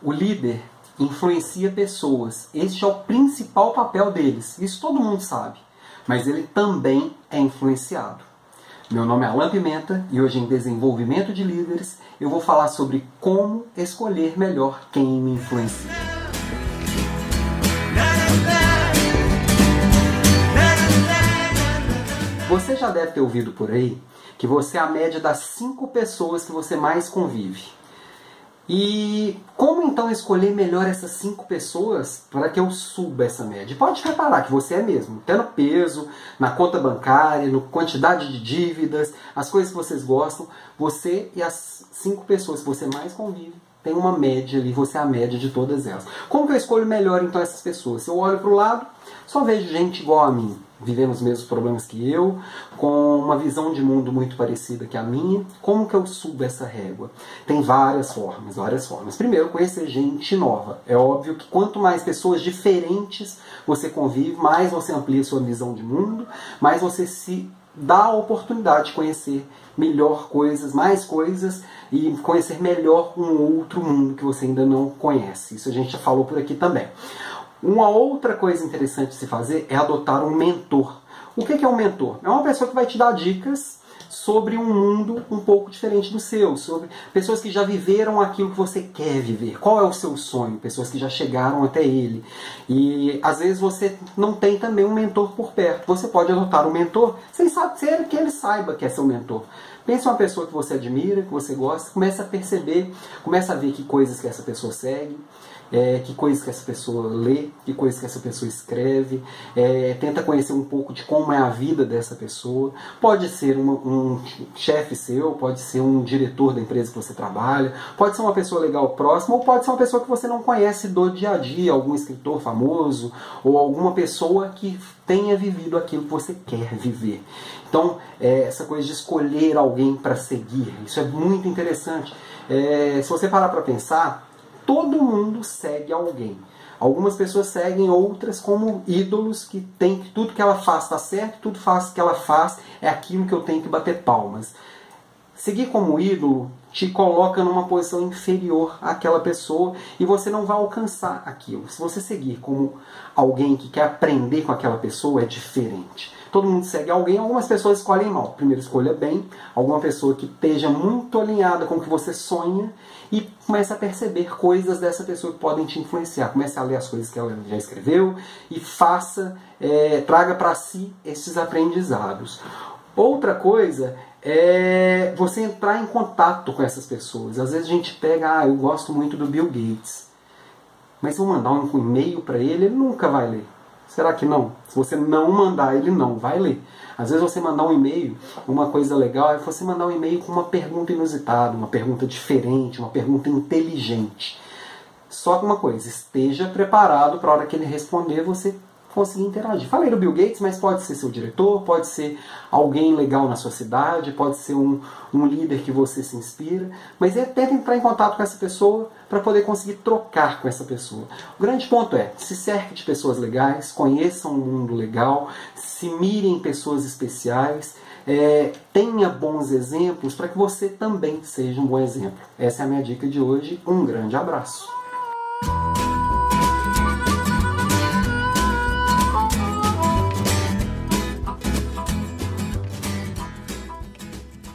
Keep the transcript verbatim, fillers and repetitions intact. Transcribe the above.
O líder influencia pessoas. Este é o principal papel deles. Isso todo mundo sabe. Mas ele também é influenciado. Meu nome é Alan Pimenta e hoje em Desenvolvimento de Líderes eu vou falar sobre como escolher melhor quem me influencia. Você já deve ter ouvido por aí que você é a média das cinco pessoas que você mais convive. E como então escolher melhor essas cinco pessoas para que eu suba essa média? Pode reparar que você é mesmo, até no peso, na conta bancária, na quantidade de dívidas, as coisas que vocês gostam, você e as cinco pessoas que você mais convive tem uma média ali, você é a média de todas elas. Como que eu escolho melhor então essas pessoas? Se eu olho para o lado, só vejo gente igual a mim, vivendo os mesmos problemas que eu, com uma visão de mundo muito parecida que a minha. Como que eu subo essa régua? Tem várias formas, várias formas. Primeiro, conhecer gente nova. É óbvio que quanto mais pessoas diferentes você convive, mais você amplia sua visão de mundo, mais você se dá a oportunidade de conhecer melhor coisas, mais coisas e conhecer melhor um outro mundo que você ainda não conhece. Isso a gente já falou por aqui também. Uma outra coisa interessante de se fazer é adotar um mentor. O que é um mentor? É uma pessoa que vai te dar dicas sobre um mundo um pouco diferente do seu, sobre pessoas que já viveram aquilo que você quer viver. Qual é o seu sonho? Pessoas que já chegaram até ele. E às vezes você não tem também um mentor por perto. Você pode adotar um mentor sem saber que ele saiba que é seu mentor. Pense em uma pessoa que você admira, que você gosta, começa a perceber, começa a ver que coisas que essa pessoa segue, É, que coisas que essa pessoa lê, que coisas que essa pessoa escreve, é, tenta conhecer um pouco de como é a vida dessa pessoa. Pode ser uma, um chefe seu, pode ser um diretor da empresa que você trabalha, pode ser uma pessoa legal próxima, ou pode ser uma pessoa que você não conhece do dia a dia, algum escritor famoso, ou alguma pessoa que tenha vivido aquilo que você quer viver. Então, é, essa coisa de escolher alguém para seguir, isso é muito interessante. É, se você parar para pensar, todo mundo segue alguém. Algumas pessoas seguem outras como ídolos que tem que tudo que ela faz está certo, tudo faz que ela faz é aquilo que eu tenho que bater palmas. Seguir como ídolo te coloca numa posição inferior àquela pessoa e você não vai alcançar aquilo. Se você seguir como alguém que quer aprender com aquela pessoa, é diferente. Todo mundo segue alguém, algumas pessoas escolhem mal. Primeiro escolha bem, alguma pessoa que esteja muito alinhada com o que você sonha e comece a perceber coisas dessa pessoa que podem te influenciar. Comece a ler as coisas que ela já escreveu e faça, é, traga para si esses aprendizados. Outra coisa é você entrar em contato com essas pessoas. Às vezes a gente pega, ah, eu gosto muito do Bill Gates, mas se eu mandar um e-mail para ele, ele nunca vai ler. Será que não? Se você não mandar, ele não vai ler. Às vezes você mandar um e-mail, uma coisa legal é você mandar um e-mail com uma pergunta inusitada, uma pergunta diferente, uma pergunta inteligente. Só que uma coisa, esteja preparado para a hora que ele responder, você conseguir interagir. Falei do Bill Gates, mas pode ser seu diretor, pode ser alguém legal na sua cidade, pode ser um, um líder que você se inspira, mas é, tenta entrar em contato com essa pessoa para poder conseguir trocar com essa pessoa. O grande ponto é, se cerque de pessoas legais, conheçam um mundo legal, se mire em pessoas especiais, é, tenha bons exemplos para que você também seja um bom exemplo. Essa é a minha dica de hoje. Um grande abraço.